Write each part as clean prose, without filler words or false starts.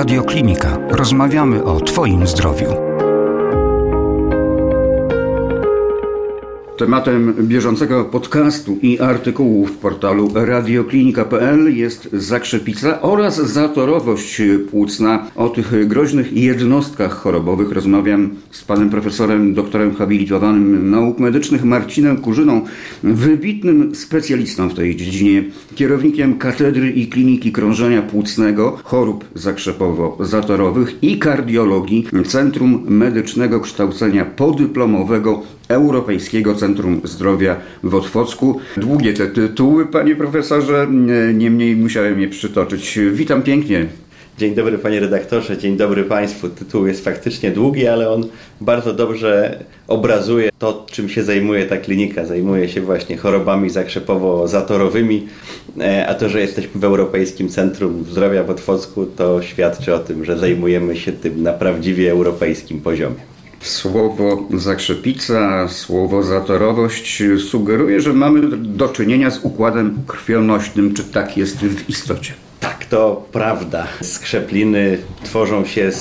Radioklinika. Rozmawiamy o Twoim zdrowiu. Tematem bieżącego podcastu i artykułu w portalu radioklinika.pl jest zakrzepica oraz zatorowość płucna. O tych groźnych jednostkach chorobowych rozmawiam z panem profesorem, doktorem habilitowanym nauk medycznych Marcinem Kurzyną, wybitnym specjalistą w tej dziedzinie, kierownikiem Katedry i Kliniki Krążenia Płucnego, chorób zakrzepowo-zatorowych i kardiologii Centrum Medycznego Kształcenia Podyplomowego Europejskiego Centrum Zdrowia w Otwocku. Długie te tytuły, panie profesorze, niemniej musiałem je przytoczyć. Witam pięknie. Dzień dobry, panie redaktorze, dzień dobry państwu. Tytuł jest faktycznie długi, ale on bardzo dobrze obrazuje to, czym się zajmuje ta klinika. Zajmuje się właśnie chorobami zakrzepowo-zatorowymi, a to, że jesteśmy w Europejskim Centrum Zdrowia w Otwocku, to świadczy o tym, że zajmujemy się tym na prawdziwie europejskim poziomie. Słowo zakrzepica, słowo zatorowość sugeruje, że mamy do czynienia z układem krwionośnym. Czy tak jest w istocie? Tak, to prawda. Skrzepliny tworzą się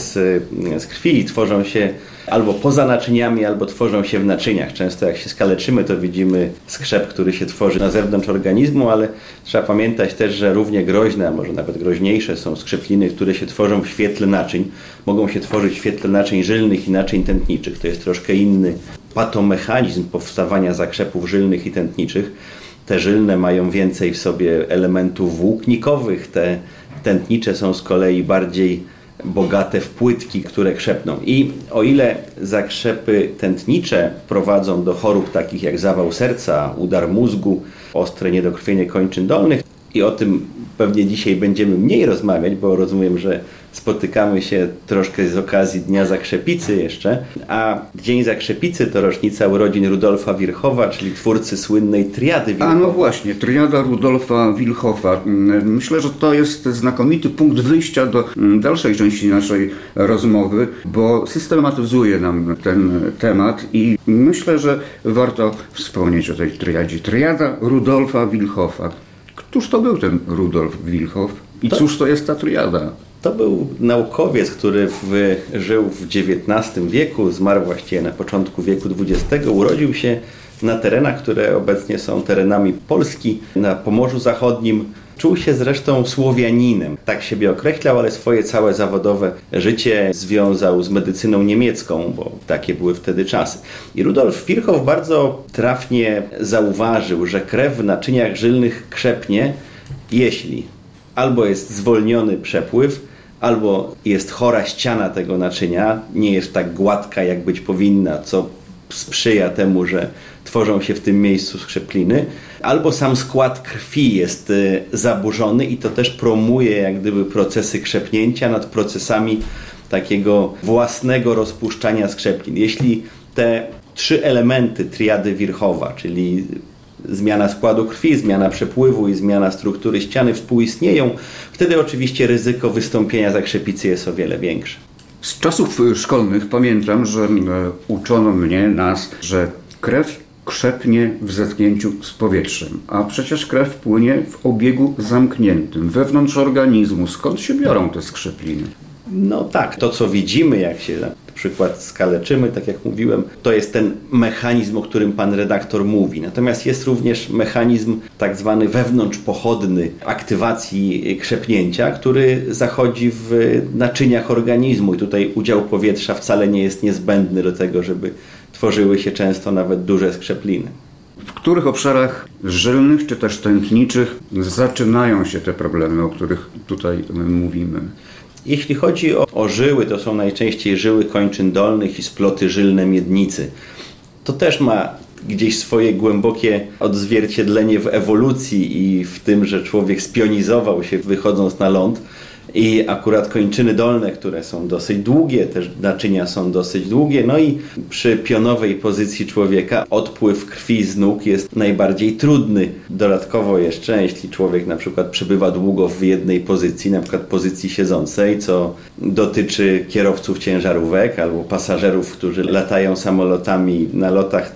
z krwi, tworzą się albo poza naczyniami, albo tworzą się w naczyniach. Często jak się skaleczymy, to widzimy skrzep, który się tworzy na zewnątrz organizmu, ale trzeba pamiętać też, że równie groźne, a może nawet groźniejsze są skrzepliny, które się tworzą w świetle naczyń. Mogą się tworzyć w świetle naczyń żylnych i naczyń tętniczych. To jest troszkę inny patomechanizm powstawania zakrzepów żylnych i tętniczych. Te żylne mają więcej w sobie elementów włóknikowych, te tętnicze są z kolei bardziej bogate w płytki, które krzepną. I o ile zakrzepy tętnicze prowadzą do chorób takich jak zawał serca, udar mózgu, ostre niedokrwienie kończyn dolnych, i o tym pewnie dzisiaj będziemy mniej rozmawiać, bo rozumiem, że spotykamy się troszkę z okazji Dnia Zakrzepicy jeszcze, a Dzień Zakrzepicy to rocznica urodzin Rudolfa Virchowa, czyli twórcy słynnej triady Virchowa. A no właśnie, triada Rudolfa Virchowa. Myślę, że to jest znakomity punkt wyjścia do dalszej części naszej rozmowy, bo systematyzuje nam ten temat i myślę, że warto wspomnieć o tej triadzie. Triada Rudolfa Virchowa. Któż to był ten Rudolf Virchow i cóż to jest ta triada? To był naukowiec, który żył w XIX wieku, zmarł właściwie na początku wieku XX, urodził się na terenach, które obecnie są terenami Polski, na Pomorzu Zachodnim. Czuł się zresztą Słowianinem, tak siebie określał, ale swoje całe zawodowe życie związał z medycyną niemiecką, bo takie były wtedy czasy. I Rudolf Virchow bardzo trafnie zauważył, że krew w naczyniach żylnych krzepnie, jeśli albo jest zwolniony przepływ, albo jest chora ściana tego naczynia, nie jest tak gładka, jak być powinna, co sprzyja temu, że tworzą się w tym miejscu skrzepliny, albo sam skład krwi jest zaburzony i to też promuje jak gdyby procesy krzepnięcia nad procesami takiego własnego rozpuszczania skrzeplin. Jeśli te trzy elementy triady Virchowa, czyli zmiana składu krwi, zmiana przepływu i zmiana struktury ściany współistnieją, wtedy oczywiście ryzyko wystąpienia zakrzepicy jest o wiele większe. Z czasów szkolnych pamiętam, że uczono nas, że krew krzepnie w zetknięciu z powietrzem, a przecież krew płynie w obiegu zamkniętym, wewnątrz organizmu. Skąd się biorą te skrzepliny? No tak, to co widzimy, jak się na przykład skaleczymy, tak jak mówiłem, to jest ten mechanizm, o którym pan redaktor mówi. Natomiast jest również mechanizm tak zwany wewnątrzpochodny aktywacji krzepnięcia, który zachodzi w naczyniach organizmu i tutaj udział powietrza wcale nie jest niezbędny do tego, żeby tworzyły się często nawet duże skrzepliny. W których obszarach żylnych czy też tętniczych zaczynają się te problemy, o których tutaj mówimy? Jeśli chodzi o żyły, to są najczęściej żyły kończyn dolnych i sploty żylne miednicy. To też ma gdzieś swoje głębokie odzwierciedlenie w ewolucji i w tym, że człowiek spionizował się wychodząc na ląd. I akurat kończyny dolne, które są dosyć długie, też naczynia są dosyć długie, no i przy pionowej pozycji człowieka odpływ krwi z nóg jest najbardziej trudny. Dodatkowo jeszcze, jeśli człowiek na przykład przebywa długo w jednej pozycji, na przykład pozycji siedzącej, co dotyczy kierowców ciężarówek albo pasażerów, którzy latają samolotami na lotach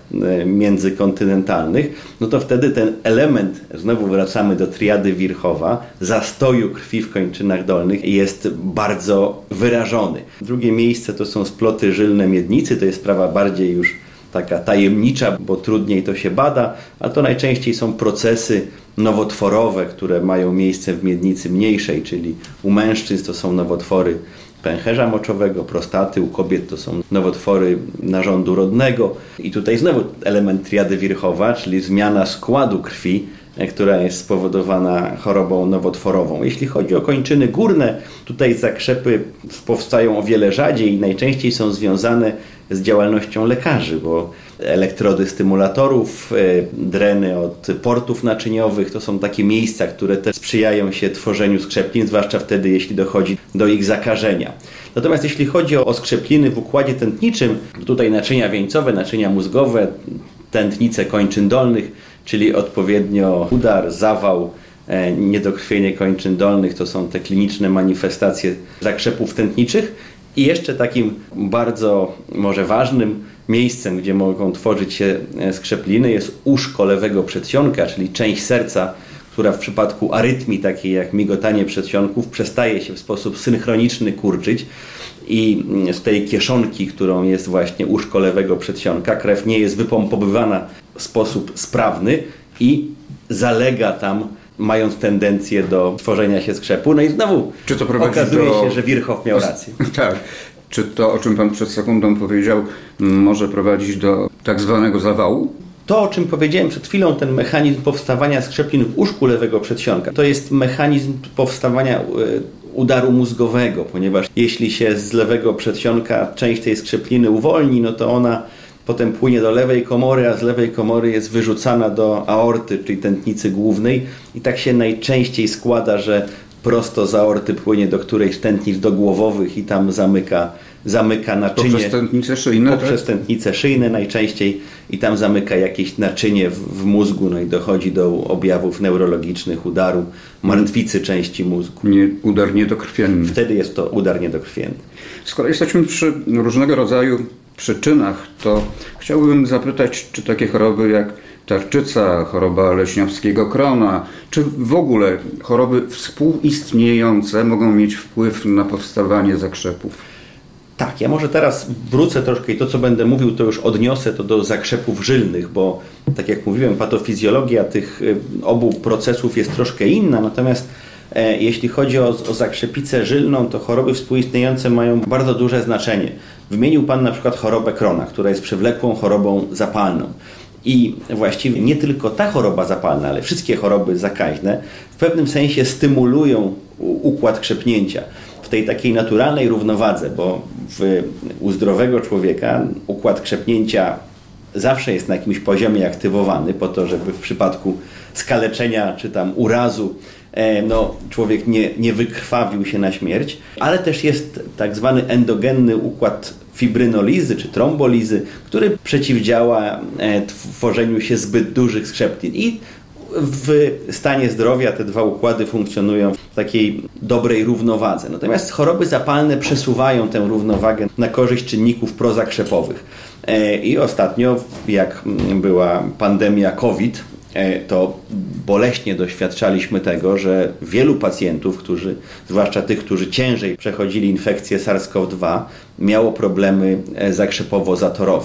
międzykontynentalnych, no to wtedy ten element, znowu wracamy do triady Virchowa, zastoju krwi w kończynach dolnych, dolnych jest bardzo wyrażony. Drugie miejsce to są sploty żylne miednicy, to jest sprawa bardziej już taka tajemnicza, bo trudniej to się bada, a to najczęściej są procesy nowotworowe, które mają miejsce w miednicy mniejszej, czyli u mężczyzn to są nowotwory pęcherza moczowego, prostaty, u kobiet to są nowotwory narządu rodnego. I tutaj znowu element triady Virchowa, czyli zmiana składu krwi, która jest spowodowana chorobą nowotworową. Jeśli chodzi o kończyny górne, tutaj zakrzepy powstają o wiele rzadziej i najczęściej są związane z działalnością lekarzy, bo elektrody stymulatorów, dreny od portów naczyniowych to są takie miejsca, które też sprzyjają się tworzeniu skrzeplin, zwłaszcza wtedy, jeśli dochodzi do ich zakażenia. Natomiast jeśli chodzi o skrzepliny w układzie tętniczym, tutaj naczynia wieńcowe, naczynia mózgowe, tętnice kończyn dolnych, czyli odpowiednio udar, zawał, niedokrwienie kończyn dolnych, to są te kliniczne manifestacje zakrzepów tętniczych. I jeszcze takim bardzo może ważnym miejscem, gdzie mogą tworzyć się skrzepliny, jest uszko lewego przedsionka, czyli część serca, która w przypadku arytmii takiej jak migotanie przedsionków przestaje się w sposób synchroniczny kurczyć i z tej kieszonki, którą jest właśnie uszko lewego przedsionka, krew nie jest wypompowywana w sposób sprawny i zalega tam, mając tendencję do tworzenia się skrzepu. No i znowu okazuje się, że Virchow miał rację. Tak. Czy to, o czym Pan przed sekundą powiedział, może prowadzić do tak zwanego zawału? To, o czym powiedziałem przed chwilą, ten mechanizm powstawania skrzeplin w uszku lewego przedsionka, to jest mechanizm powstawania udaru mózgowego, ponieważ jeśli się z lewego przedsionka część tej skrzepliny uwolni, no to ona potem płynie do lewej komory, a z lewej komory jest wyrzucana do aorty, czyli tętnicy głównej i tak się najczęściej składa, że prosto z aorty płynie do którejś z tętnic dogłowowych i tam zamyka naczynie. Poprzez tętnice szyjne? Poprzez tętnice szyjne najczęściej i tam zamyka jakieś naczynie w mózgu, no i dochodzi do objawów neurologicznych, udaru, martwicy części mózgu. Udar niedokrwienny. Wtedy jest to udar niedokrwienny. Skoro jesteśmy przy różnego rodzaju przyczynach, to chciałbym zapytać, czy takie choroby jak tarczyca, choroba leśniowskiego krona, czy w ogóle choroby współistniejące mogą mieć wpływ na powstawanie zakrzepów? Tak, ja może teraz wrócę troszkę i to, co będę mówił, to już odniosę to do zakrzepów żylnych, bo tak jak mówiłem, patofizjologia tych obu procesów jest troszkę inna, natomiast jeśli chodzi o zakrzepicę żylną, to choroby współistniejące mają bardzo duże znaczenie. Wymienił Pan na przykład chorobę Krona, która jest przewlekłą chorobą zapalną. I właściwie nie tylko ta choroba zapalna, ale wszystkie choroby zakaźne w pewnym sensie stymulują układ krzepnięcia w tej takiej naturalnej równowadze, bo u zdrowego człowieka układ krzepnięcia zawsze jest na jakimś poziomie aktywowany po to, żeby w przypadku skaleczenia czy tam urazu człowiek nie wykrwawił się na śmierć, ale też jest tak zwany endogenny układ fibrynolizy czy trombolizy, który przeciwdziała tworzeniu się zbyt dużych skrzeplin. I w stanie zdrowia te dwa układy funkcjonują w takiej dobrej równowadze. Natomiast choroby zapalne przesuwają tę równowagę na korzyść czynników prozakrzepowych. I ostatnio, jak była pandemia COVID, to boleśnie doświadczaliśmy tego, że wielu pacjentów, zwłaszcza tych, którzy ciężej przechodzili infekcję SARS-CoV-2, miało problemy zakrzepowo-zatorowe.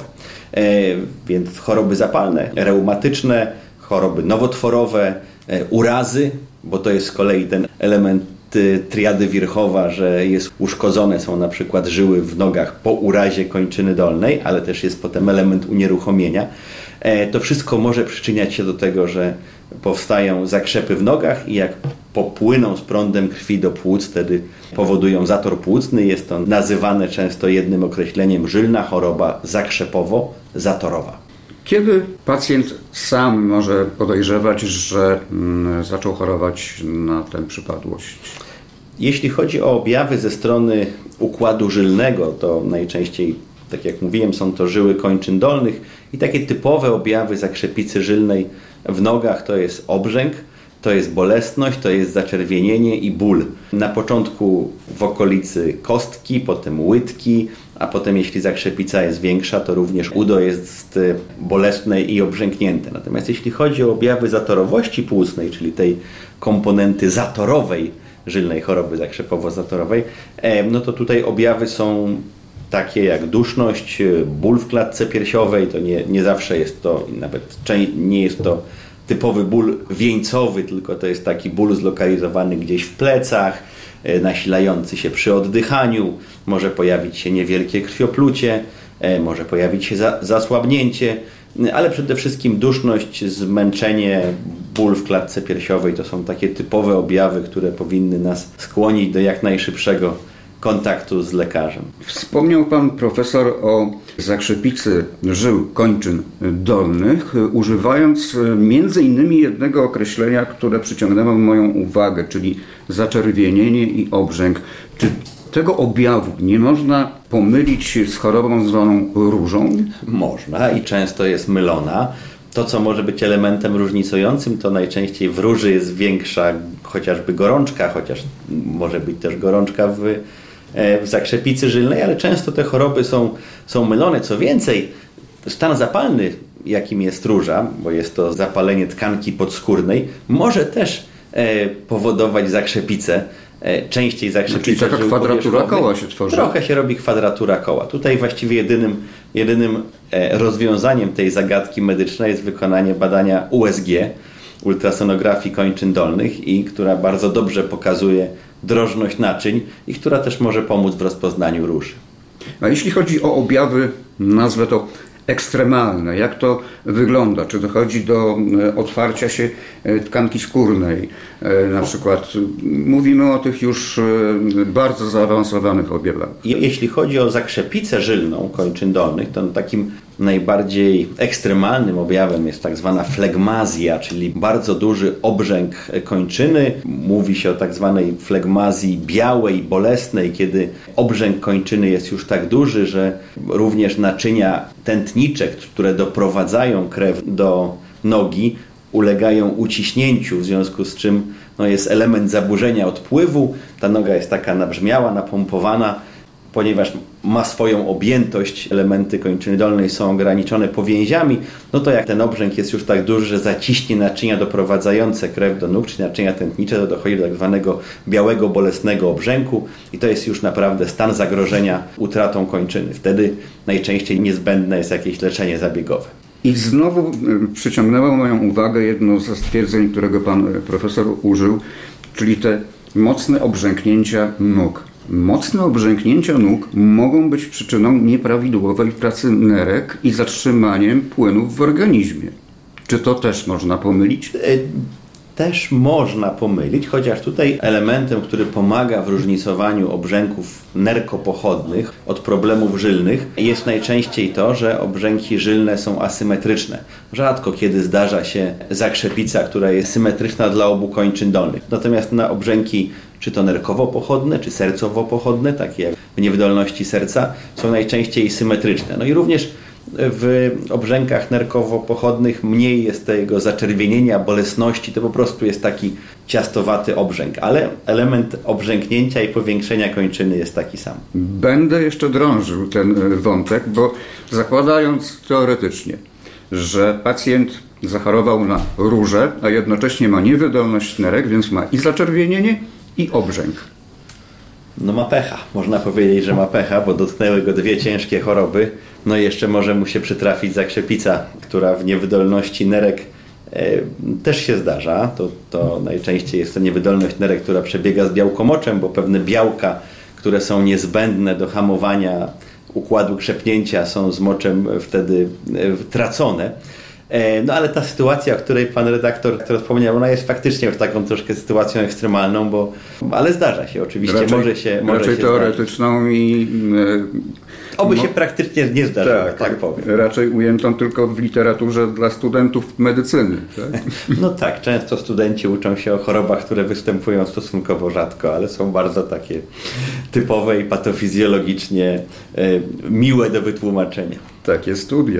Więc choroby zapalne, reumatyczne, choroby nowotworowe, urazy, bo to jest z kolei ten element triady Virchowa, że jest uszkodzone są na przykład żyły w nogach po urazie kończyny dolnej, ale też jest potem element unieruchomienia. To wszystko może przyczyniać się do tego, że powstają zakrzepy w nogach i jak popłyną z prądem krwi do płuc, wtedy powodują zator płucny. Jest to nazywane często jednym określeniem żylna choroba zakrzepowo-zatorowa. Kiedy pacjent sam może podejrzewać, że zaczął chorować na tę przypadłość? Jeśli chodzi o objawy ze strony układu żylnego, to najczęściej, tak jak mówiłem, są to żyły kończyn dolnych i takie typowe objawy zakrzepicy żylnej w nogach to jest obrzęk, to jest bolesność, to jest zaczerwienienie i ból. Na początku w okolicy kostki, potem łydki, a potem jeśli zakrzepica jest większa, to również udo jest bolesne i obrzęknięte. Natomiast jeśli chodzi o objawy zatorowości płucnej, czyli tej komponenty zatorowej żylnej choroby zakrzepowo-zatorowej, no to tutaj objawy są takie jak duszność, ból w klatce piersiowej, to nie zawsze jest to, nawet nie jest to typowy ból wieńcowy, tylko to jest taki ból zlokalizowany gdzieś w plecach, nasilający się przy oddychaniu, może pojawić się niewielkie krwioplucie, może pojawić się zasłabnięcie, ale przede wszystkim duszność, zmęczenie, ból w klatce piersiowej to są takie typowe objawy, które powinny nas skłonić do jak najszybszego kontaktu z lekarzem. Wspomniał pan profesor o zakrzepicy żył kończyn dolnych, używając między innymi jednego określenia, które przyciągnęło moją uwagę, czyli zaczerwienienie i obrzęk. Czy tego objawu nie można pomylić z chorobą zwaną różą? Można i często jest mylona. To, co może być elementem różnicującym, to najczęściej w róży jest większa chociażby gorączka, chociaż może być też gorączka w zakrzepicy żylnej, ale często te choroby są mylone. Co więcej, stan zapalny, jakim jest róża, bo jest to zapalenie tkanki podskórnej, może też powodować zakrzepicę. Częściej zakrzepicę. Czyli taka kwadratura koła się tworzy. Trochę się robi kwadratura koła. Tutaj właściwie jedynym rozwiązaniem tej zagadki medycznej jest wykonanie badania USG, ultrasonografii kończyn dolnych, i która bardzo dobrze pokazuje drożność naczyń i która też może pomóc w rozpoznaniu róż. A jeśli chodzi o objawy, nazwę to ekstremalne, jak to wygląda? Czy dochodzi do otwarcia się tkanki skórnej? Na przykład mówimy o tych już bardzo zaawansowanych objawach. Jeśli chodzi o zakrzepicę żylną kończyn dolnych, to takim najbardziej ekstremalnym objawem jest tak zwana flegmazja, czyli bardzo duży obrzęk kończyny. Mówi się o tak zwanej flegmazji białej, bolesnej, kiedy obrzęk kończyny jest już tak duży, że również naczynia tętnicze, które doprowadzają krew do nogi, ulegają uciśnięciu, w związku z czym jest element zaburzenia odpływu. Ta noga jest taka nabrzmiała, napompowana, ponieważ ma swoją objętość, elementy kończyny dolnej są ograniczone powięziami, no to jak ten obrzęk jest już tak duży, że zaciśnie naczynia doprowadzające krew do nóg, czy naczynia tętnicze, to dochodzi do tak zwanego białego, bolesnego obrzęku i to jest już naprawdę stan zagrożenia utratą kończyny. Wtedy najczęściej niezbędne jest jakieś leczenie zabiegowe. I znowu przyciągnęło moją uwagę jedno ze stwierdzeń, którego pan profesor użył, czyli te mocne obrzęknięcia nóg. Mocne obrzęknięcia nóg mogą być przyczyną nieprawidłowej pracy nerek i zatrzymaniem płynów w organizmie. Czy to też można pomylić? Też można pomylić, chociaż tutaj elementem, który pomaga w różnicowaniu obrzęków nerkopochodnych od problemów żylnych, jest najczęściej to, że obrzęki żylne są asymetryczne. Rzadko kiedy zdarza się zakrzepica, która jest symetryczna dla obu kończyn dolnych. Natomiast na obrzęki czy to nerkowo-pochodne, czy sercowo-pochodne, takie jak w niewydolności serca, są najczęściej symetryczne. No i również w obrzękach nerkowo-pochodnych mniej jest tego zaczerwienienia, bolesności, to po prostu jest taki ciastowaty obrzęk, ale element obrzęknięcia i powiększenia kończyny jest taki sam. Będę jeszcze drążył ten wątek, bo zakładając teoretycznie, że pacjent zachorował na różę, a jednocześnie ma niewydolność nerek, więc ma i zaczerwienienie, i obrzęk. No ma pecha, można powiedzieć, że ma pecha, bo dotknęły go dwie ciężkie choroby. No i jeszcze może mu się przytrafić zakrzepica, która w niewydolności nerek też się zdarza. To najczęściej jest to niewydolność nerek, która przebiega z białkomoczem, bo pewne białka, które są niezbędne do hamowania układu krzepnięcia, są z moczem wtedy tracone. No ale ta sytuacja, o której pan redaktor wspomniał, ona jest faktycznie już taką troszkę sytuacją ekstremalną, ale zdarza się oczywiście. Raczej teoretyczną i... Oby się praktycznie nie zdarzyło, tak powiem. Raczej ujętą tylko w literaturze dla studentów medycyny. Tak? No tak, często studenci uczą się o chorobach, które występują stosunkowo rzadko, ale są bardzo takie typowe i patofizjologicznie miłe do wytłumaczenia. Takie studia.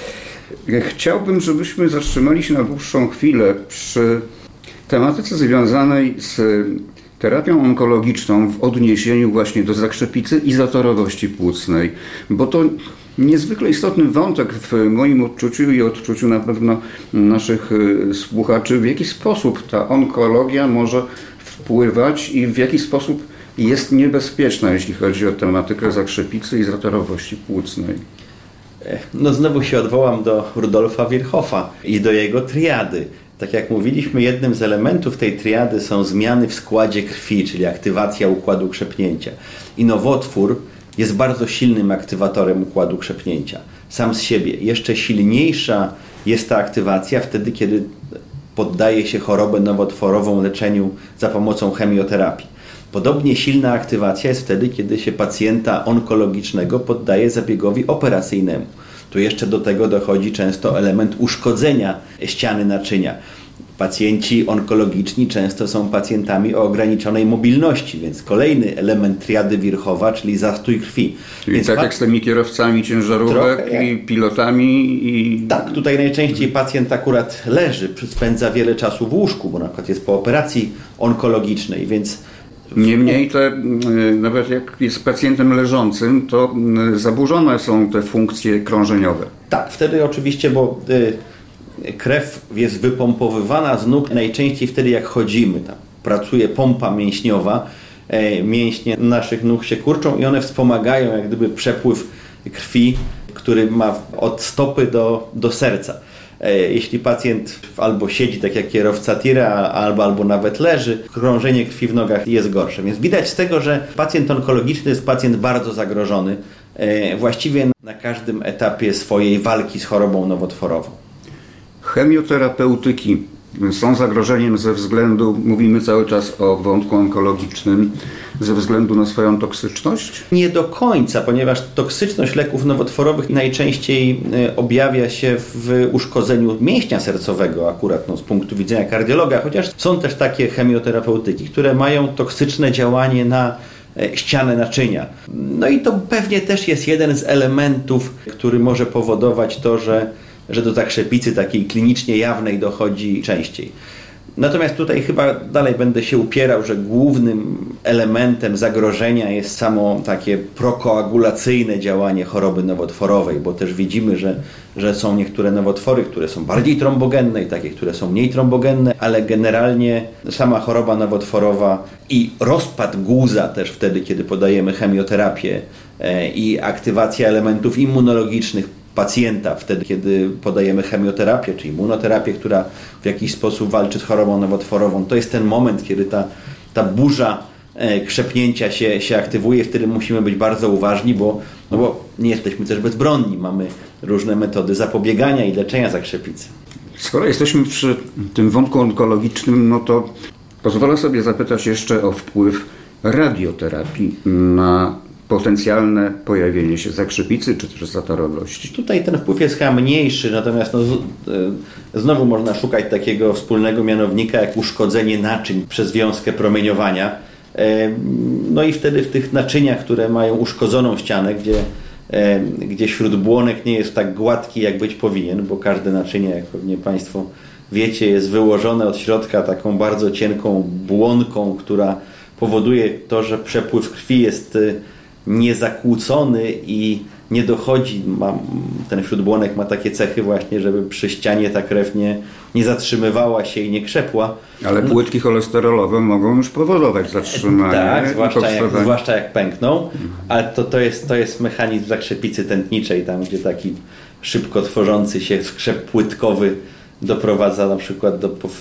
Chciałbym, żebyśmy zatrzymali się na dłuższą chwilę przy tematyce związanej z terapią onkologiczną w odniesieniu właśnie do zakrzepicy i zatorowości płucnej, bo to niezwykle istotny wątek w moim odczuciu i odczuciu na pewno naszych słuchaczy, w jaki sposób ta onkologia może wpływać i w jaki sposób jest niebezpieczna, jeśli chodzi o tematykę zakrzepicy i zatorowości płucnej? No znowu się odwołam do Rudolfa Virchoffa i do jego triady. Tak jak mówiliśmy, jednym z elementów tej triady są zmiany w składzie krwi, czyli aktywacja układu krzepnięcia. I nowotwór jest bardzo silnym aktywatorem układu krzepnięcia. Sam z siebie. Jeszcze silniejsza jest ta aktywacja wtedy, kiedy poddaje się chorobę nowotworową leczeniu za pomocą chemioterapii. Podobnie silna aktywacja jest wtedy, kiedy się pacjenta onkologicznego poddaje zabiegowi operacyjnemu. Tu jeszcze do tego dochodzi często element uszkodzenia ściany naczynia. Pacjenci onkologiczni często są pacjentami o ograniczonej mobilności, więc kolejny element triady Virchowa, czyli zastój krwi. Czyli więc tak jak z tymi kierowcami ciężarówek i pilotami. Tak, tutaj najczęściej pacjent akurat leży, spędza wiele czasu w łóżku, bo na przykład jest po operacji onkologicznej, więc niemniej nawet jak jest pacjentem leżącym, to zaburzone są te funkcje krążeniowe. Tak, wtedy oczywiście, bo krew jest wypompowywana z nóg najczęściej wtedy jak chodzimy. Tam pracuje pompa mięśniowa, mięśnie naszych nóg się kurczą i one wspomagają jak gdyby przepływ krwi, który ma od stopy do serca. Jeśli pacjent albo siedzi tak jak kierowca tira, albo nawet leży, krążenie krwi w nogach jest gorsze. Więc widać z tego, że pacjent onkologiczny jest pacjent bardzo zagrożony właściwie na każdym etapie swojej walki z chorobą nowotworową. Chemioterapeutyki są zagrożeniem ze względu, mówimy cały czas o wątku onkologicznym, ze względu na swoją toksyczność? Nie do końca, ponieważ toksyczność leków nowotworowych najczęściej objawia się w uszkodzeniu mięśnia sercowego akurat z punktu widzenia kardiologa, chociaż są też takie chemioterapeutyki, które mają toksyczne działanie na ścianę naczynia. No i to pewnie też jest jeden z elementów, który może powodować to, że do zakrzepicy takiej klinicznie jawnej dochodzi częściej. Natomiast tutaj chyba dalej będę się upierał, że głównym elementem zagrożenia jest samo takie prokoagulacyjne działanie choroby nowotworowej, bo też widzimy, że są niektóre nowotwory, które są bardziej trombogenne i takie, które są mniej trombogenne, ale generalnie sama choroba nowotworowa i rozpad guza też wtedy, kiedy podajemy chemioterapię i aktywacja elementów immunologicznych pacjenta wtedy, kiedy podajemy chemioterapię, czy immunoterapię, która w jakiś sposób walczy z chorobą nowotworową. To jest ten moment, kiedy ta burza krzepnięcia się aktywuje. Wtedy musimy być bardzo uważni, bo nie jesteśmy też bezbronni. Mamy różne metody zapobiegania i leczenia zakrzepicy. Skoro jesteśmy przy tym wątku onkologicznym, no to pozwolę sobie zapytać jeszcze o wpływ radioterapii na potencjalne pojawienie się zakrzepicy czy też zatorowości. Tutaj ten wpływ jest chyba mniejszy, natomiast znowu można szukać takiego wspólnego mianownika jak uszkodzenie naczyń przez wiązkę promieniowania. No i wtedy w tych naczyniach, które mają uszkodzoną ścianę, gdzie śródbłonek nie jest tak gładki jak być powinien, bo każde naczynie, jak pewnie Państwo wiecie, jest wyłożone od środka taką bardzo cienką błonką, która powoduje to, że przepływ krwi jest niezakłócony i nie dochodzi, ten śródbłonek ma takie cechy właśnie, żeby przy ścianie ta krew nie zatrzymywała się i nie krzepła. Ale płytki cholesterolowe mogą już powodować zatrzymanie. Tak, zwłaszcza jak pękną, ale to jest mechanizm zakrzepicy tętniczej, tam gdzie taki szybko tworzący się skrzep płytkowy doprowadza na przykład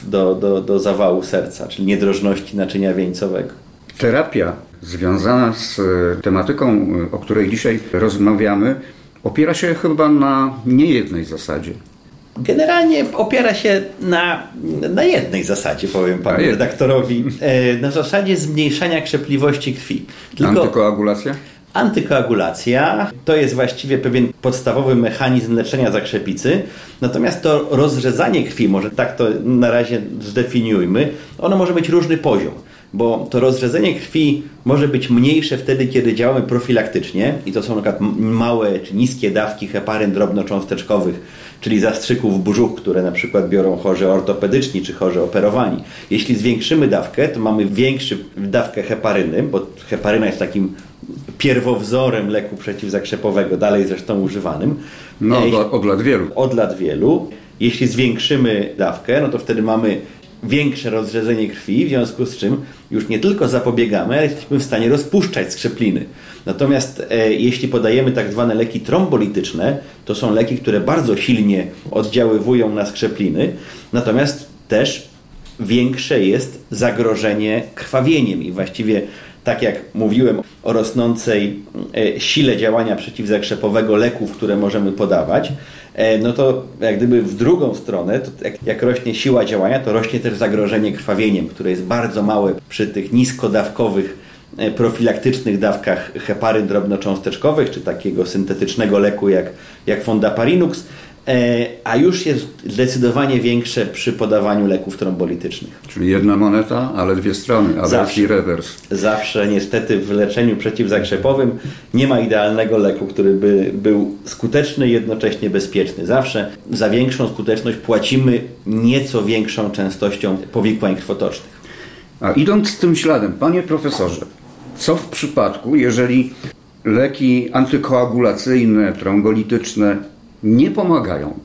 do zawału serca, czyli niedrożności naczynia wieńcowego. Terapia związana z tematyką, o której dzisiaj rozmawiamy, opiera się chyba na niejednej zasadzie. Generalnie opiera się na jednej zasadzie, powiem panu redaktorowi, na zasadzie zmniejszania krzepliwości krwi. Antykoagulacja? Antykoagulacja to jest właściwie pewien podstawowy mechanizm leczenia zakrzepicy, natomiast to rozrzedzanie krwi, może tak to na razie zdefiniujmy, ono może mieć różny poziom. Bo to rozrzedzenie krwi może być mniejsze wtedy, kiedy działamy profilaktycznie i to są na przykład małe czy niskie dawki heparyn drobnocząsteczkowych, czyli zastrzyków w brzuch, które na przykład biorą chorzy ortopedyczni czy chorzy operowani. Jeśli zwiększymy dawkę, to mamy większą dawkę heparyny, bo heparyna jest takim pierwowzorem leku przeciwzakrzepowego, dalej zresztą używanym. Od lat wielu. Od lat wielu. Jeśli zwiększymy dawkę, no to wtedy mamy większe rozrzedzenie krwi, w związku z czym już nie tylko zapobiegamy, ale jesteśmy w stanie rozpuszczać skrzepliny. Natomiast jeśli podajemy tak zwane leki trombolityczne, to są leki, które bardzo silnie oddziaływują na skrzepliny, natomiast też większe jest zagrożenie krwawieniem i właściwie tak jak mówiłem o rosnącej sile działania przeciwzakrzepowego leków, które możemy podawać, no to jak gdyby w drugą stronę, to jak rośnie siła działania, to rośnie też zagrożenie krwawieniem, które jest bardzo małe przy tych niskodawkowych, profilaktycznych dawkach heparyn drobnocząsteczkowych, czy takiego syntetycznego leku jak Fondaparinux, a już jest zdecydowanie większe przy podawaniu leków trombolitycznych. Czyli jedna moneta, ale dwie strony, awers i rewers. Zawsze niestety w leczeniu przeciwzakrzepowym nie ma idealnego leku, który by był skuteczny i jednocześnie bezpieczny. Zawsze za większą skuteczność płacimy nieco większą częstością powikłań krwotocznych. A idąc tym śladem, panie profesorze, co w przypadku, jeżeli leki antykoagulacyjne, trombolityczne nie pomagają?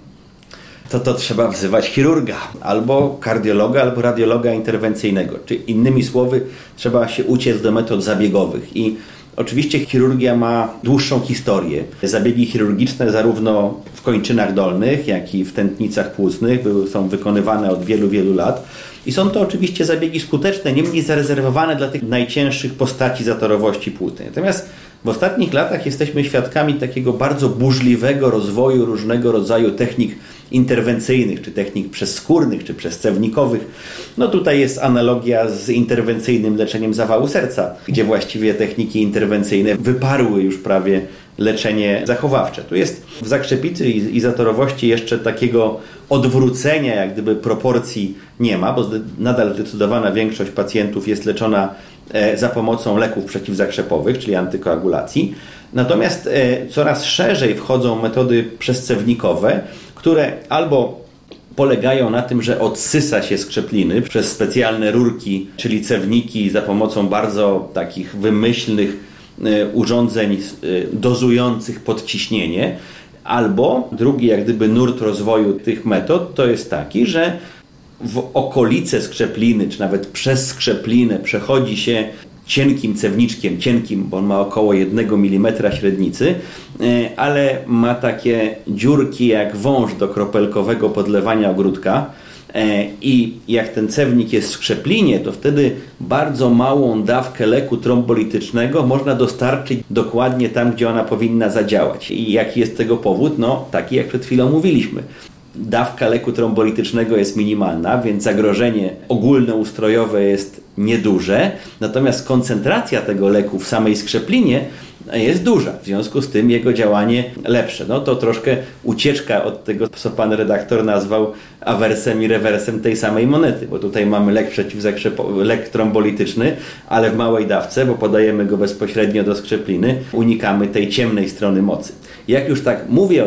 To trzeba wzywać chirurga, albo kardiologa, albo radiologa interwencyjnego. Czy innymi słowy, trzeba się uciec do metod zabiegowych. I oczywiście chirurgia ma dłuższą historię. Zabiegi chirurgiczne zarówno w kończynach dolnych, jak i w tętnicach płucnych są wykonywane od wielu, wielu lat. I są to oczywiście zabiegi skuteczne, niemniej zarezerwowane dla tych najcięższych postaci zatorowości płucnej. Natomiast w ostatnich latach jesteśmy świadkami takiego bardzo burzliwego rozwoju różnego rodzaju technik interwencyjnych, czy technik przezskórnych, czy przezcewnikowych. No tutaj jest analogia z interwencyjnym leczeniem zawału serca, gdzie właściwie techniki interwencyjne wyparły już prawie leczenie zachowawcze. Tu jest w zakrzepicy i zatorowości jeszcze takiego odwrócenia, jak gdyby proporcji nie ma, bo nadal zdecydowana większość pacjentów jest leczona za pomocą leków przeciwzakrzepowych, czyli antykoagulacji. Natomiast coraz szerzej wchodzą metody przezcewnikowe, które albo polegają na tym, że odsysa się skrzepliny przez specjalne rurki, czyli cewniki za pomocą bardzo takich wymyślnych urządzeń dozujących podciśnienie, albo drugi jak gdyby nurt rozwoju tych metod to jest taki, że w okolice skrzepliny, czy nawet przez skrzeplinę przechodzi się cienkim cewniczkiem, cienkim, bo on ma około 1 mm średnicy, ale ma takie dziurki jak wąż do kropelkowego podlewania ogródka i jak ten cewnik jest w skrzeplinie, to wtedy bardzo małą dawkę leku trombolitycznego można dostarczyć dokładnie tam, gdzie ona powinna zadziałać. I jaki jest tego powód? No taki jak przed chwilą mówiliśmy. Dawka leku trombolitycznego jest minimalna, więc zagrożenie ogólnoustrojowe jest nieduże, natomiast koncentracja tego leku w samej skrzeplinie jest duża, w związku z tym jego działanie lepsze. No to troszkę ucieczka od tego, co pan redaktor nazwał awersem i rewersem tej samej monety, bo tutaj mamy lek trombolityczny, ale w małej dawce, bo podajemy go bezpośrednio do skrzepliny, unikamy tej ciemnej strony mocy. Jak już tak mówię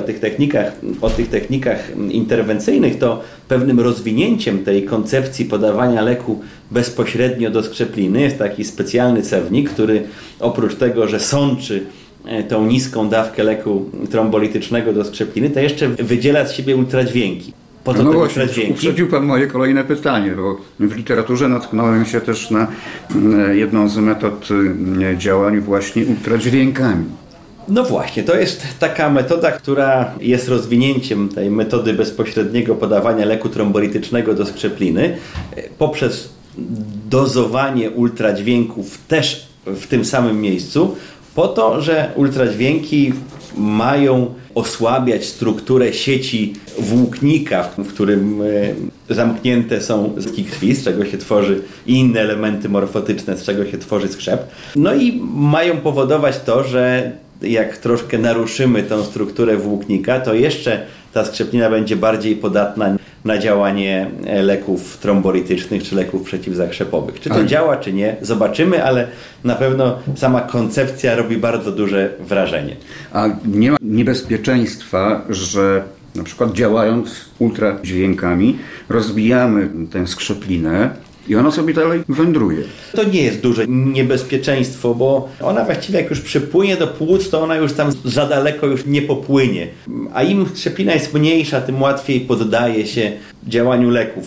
o tych technikach interwencyjnych, to pewnym rozwinięciem tej koncepcji podawania leku bezpośrednio do skrzepliny jest taki specjalny cewnik, który oprócz tego, że sączy tą niską dawkę leku trombolitycznego do skrzepliny, to jeszcze wydziela z siebie ultradźwięki. Po co właśnie, uprzedził pan moje kolejne pytanie, bo w literaturze natknąłem się też na jedną z metod działań właśnie ultradźwiękami. No właśnie, to jest taka metoda, która jest rozwinięciem tej metody bezpośredniego podawania leku trombolitycznego do skrzepliny poprzez dozowanie ultradźwięków też w tym samym miejscu, po to, że ultradźwięki mają osłabiać strukturę sieci włóknika, w którym zamknięte są zyski krwi, z czego się tworzy i inne elementy morfotyczne, z czego się tworzy skrzep. No i mają powodować to, że jak troszkę naruszymy tą strukturę włóknika, to jeszcze ta skrzeplina będzie bardziej podatna na działanie leków trombolitycznych czy leków przeciwzakrzepowych. Czy to działa, czy nie, zobaczymy, ale na pewno sama koncepcja robi bardzo duże wrażenie. A nie ma niebezpieczeństwa, że na przykład działając ultradźwiękami rozbijamy tę skrzeplinę i ona sobie dalej wędruje? To nie jest duże niebezpieczeństwo, bo ona właściwie jak już przypłynie do płuc, to ona już tam za daleko już nie popłynie. A im skrzeplina jest mniejsza, tym łatwiej poddaje się działaniu leków.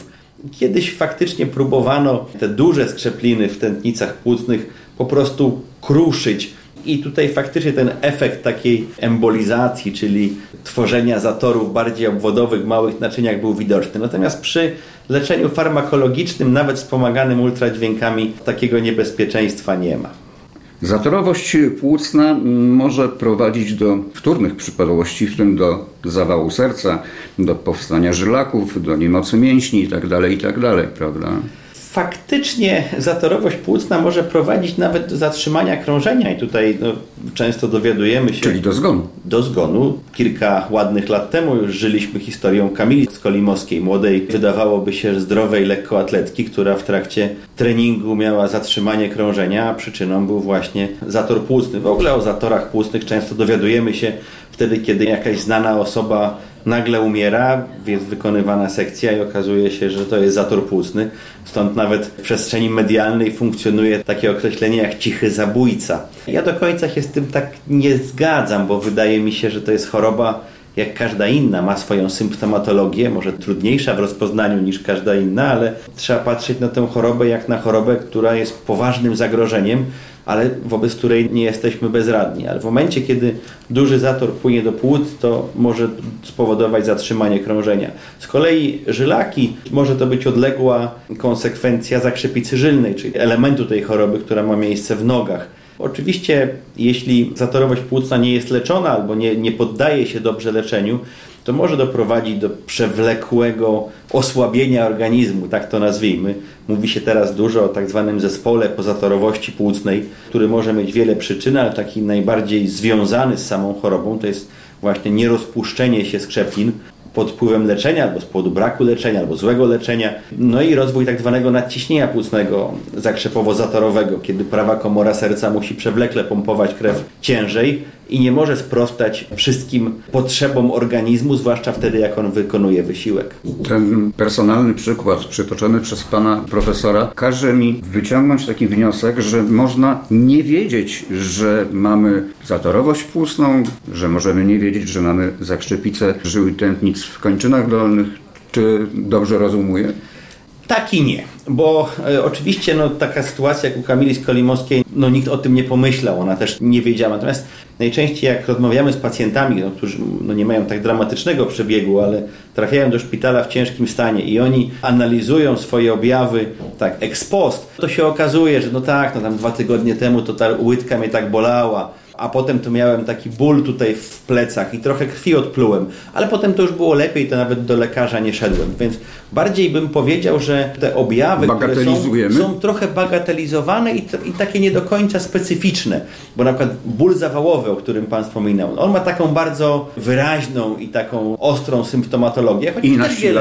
Kiedyś faktycznie próbowano te duże skrzepliny w tętnicach płucnych po prostu kruszyć. I tutaj faktycznie ten efekt takiej embolizacji, czyli tworzenia zatorów bardziej obwodowych w małych naczyniach był widoczny. Natomiast przy leczeniu farmakologicznym, nawet wspomaganym ultradźwiękami, takiego niebezpieczeństwa nie ma. Zatorowość płucna może prowadzić do wtórnych przypadłości, w tym do zawału serca, do powstania żylaków, do niemocy mięśni itd., prawda? Faktycznie zatorowość płucna może prowadzić nawet do zatrzymania krążenia i tutaj często dowiadujemy się... Czyli do zgonu. Do zgonu. Kilka ładnych lat temu już żyliśmy historią Kamili Skolimowskiej, młodej, wydawałoby się zdrowej lekkoatletki, która w trakcie treningu miała zatrzymanie krążenia, a przyczyną był właśnie zator płucny. W ogóle o zatorach płucnych często dowiadujemy się wtedy, kiedy jakaś znana osoba nagle umiera, jest wykonywana sekcja i okazuje się, że to jest zator płucny. Stąd nawet w przestrzeni medialnej funkcjonuje takie określenie jak cichy zabójca. Ja do końca się z tym tak nie zgadzam, bo wydaje mi się, że to jest choroba jak każda inna, ma swoją symptomatologię, może trudniejsza w rozpoznaniu niż każda inna, ale trzeba patrzeć na tę chorobę jak na chorobę, która jest poważnym zagrożeniem, ale wobec której nie jesteśmy bezradni. Ale w momencie, kiedy duży zator płynie do płuc, to może spowodować zatrzymanie krążenia. Z kolei żylaki może to być odległa konsekwencja zakrzepicy żylnej, czyli elementu tej choroby, która ma miejsce w nogach. Oczywiście, jeśli zatorowość płucna nie jest leczona albo nie poddaje się dobrze leczeniu, to może doprowadzić do przewlekłego osłabienia organizmu, tak to nazwijmy. Mówi się teraz dużo o tak zwanym zespole pozatorowości płucnej, który może mieć wiele przyczyn, ale taki najbardziej związany z samą chorobą to jest właśnie nierozpuszczenie się skrzeplin pod wpływem leczenia, albo z powodu braku leczenia, albo złego leczenia. No i rozwój tak zwanego nadciśnienia płucnego zakrzepowo-zatorowego, kiedy prawa komora serca musi przewlekle pompować krew ciężej i nie może sprostać wszystkim potrzebom organizmu, zwłaszcza wtedy, jak on wykonuje wysiłek. Ten personalny przykład przytoczony przez pana profesora każe mi wyciągnąć taki wniosek, że można nie wiedzieć, że mamy zatorowość płucną, że możemy nie wiedzieć, że mamy zakrzepicę żył i tętnic w kończynach dolnych. Czy dobrze rozumuję? Tak i nie, bo oczywiście taka sytuacja jak u Kamili Skolimowskiej, nikt o tym nie pomyślał, ona też nie wiedziała. Natomiast najczęściej jak rozmawiamy z pacjentami, którzy nie mają tak dramatycznego przebiegu, ale trafiają do szpitala w ciężkim stanie i oni analizują swoje objawy tak ex post, to się okazuje, że tam 2 tygodnie temu to ta łydka mnie tak bolała, a potem to miałem taki ból tutaj w plecach i trochę krwi odplułem, ale potem to już było lepiej, to nawet do lekarza nie szedłem, więc bardziej bym powiedział, że te objawy, które są trochę bagatelizowane i takie nie do końca specyficzne, bo na przykład ból zawałowy, o którym pan wspominał, on ma taką bardzo wyraźną i taką ostrą symptomatologię. I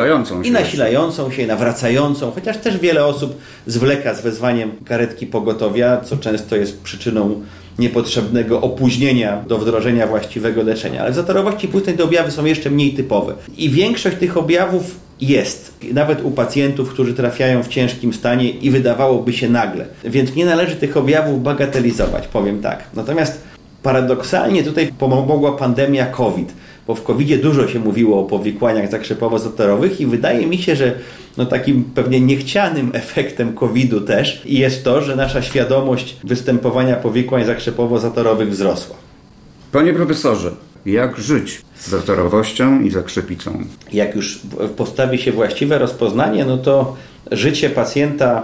nasilającą się, nawracającą, chociaż też wiele osób zwleka z wezwaniem karetki pogotowia, co często jest przyczyną niepotrzebnego opóźnienia do wdrożenia właściwego leczenia. Ale w zatorowości płucnej te objawy są jeszcze mniej typowe. I większość tych objawów jest, nawet u pacjentów, którzy trafiają w ciężkim stanie i wydawałoby się nagle. Więc nie należy tych objawów bagatelizować, powiem tak. Natomiast paradoksalnie tutaj pomogła pandemia COVID, bo w COVID-zie dużo się mówiło o powikłaniach zakrzepowo-zatorowych i wydaje mi się, że takim pewnie niechcianym efektem COVID-u też jest to, że nasza świadomość występowania powikłań zakrzepowo-zatorowych wzrosła. Panie profesorze, jak żyć z zatorowością i zakrzepicą? Jak już postawi się właściwe rozpoznanie, to życie pacjenta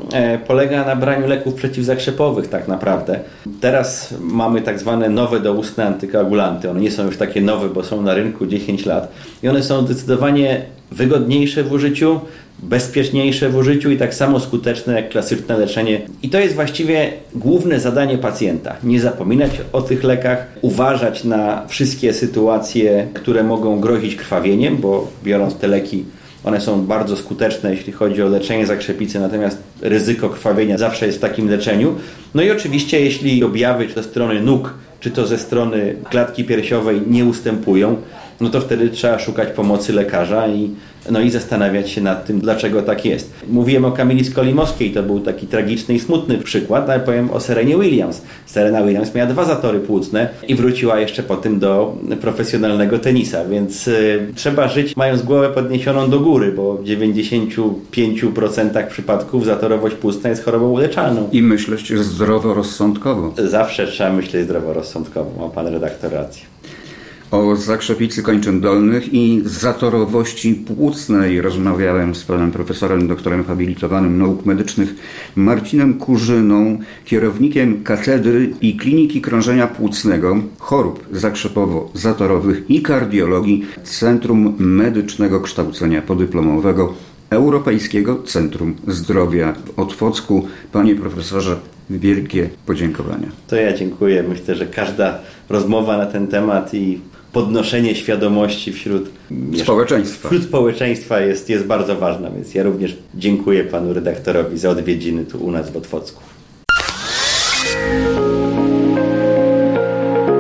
polega na braniu leków przeciwzakrzepowych tak naprawdę. Teraz mamy tak zwane nowe doustne antykoagulanty. One nie są już takie nowe, bo są na rynku 10 lat i one są zdecydowanie wygodniejsze w użyciu, bezpieczniejsze w użyciu i tak samo skuteczne jak klasyczne leczenie. I to jest właściwie główne zadanie pacjenta. Nie zapominać o tych lekach, uważać na wszystkie sytuacje, które mogą grozić krwawieniem, bo biorąc te leki, one są bardzo skuteczne, jeśli chodzi o leczenie zakrzepicy, natomiast ryzyko krwawienia zawsze jest w takim leczeniu. I oczywiście, jeśli objawy czy ze strony nóg, czy to ze strony klatki piersiowej nie ustępują, no to wtedy trzeba szukać pomocy lekarza i zastanawiać się nad tym, dlaczego tak jest. Mówiłem o Kamili Skolimowskiej, to był taki tragiczny i smutny przykład, ale powiem o Serenie Williams. Serena Williams miała 2 zatory płucne i wróciła jeszcze po tym do profesjonalnego tenisa, więc trzeba żyć mając głowę podniesioną do góry, bo w 95% przypadków zatorowość płucna jest chorobą uleczalną. I myśleć zdroworozsądkowo. Zawsze trzeba myśleć zdroworozsądkowo, ma pan redaktor rację. O zakrzepicy kończyn dolnych i zatorowości płucnej rozmawiałem z panem profesorem, doktorem habilitowanym nauk medycznych Marcinem Kurzyną, kierownikiem Katedry i Kliniki Krążenia Płucnego, chorób zakrzepowo-zatorowych i kardiologii Centrum Medycznego Kształcenia Podyplomowego Europejskiego Centrum Zdrowia w Otwocku. Panie profesorze, wielkie podziękowania. To ja dziękuję. Myślę, że każda rozmowa na ten temat i podnoszenie świadomości wśród społeczeństwa jest bardzo ważna, więc ja również dziękuję panu redaktorowi za odwiedziny tu u nas w Otwocku.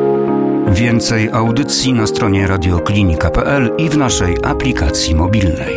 Więcej audycji na stronie radioklinika.pl i w naszej aplikacji mobilnej.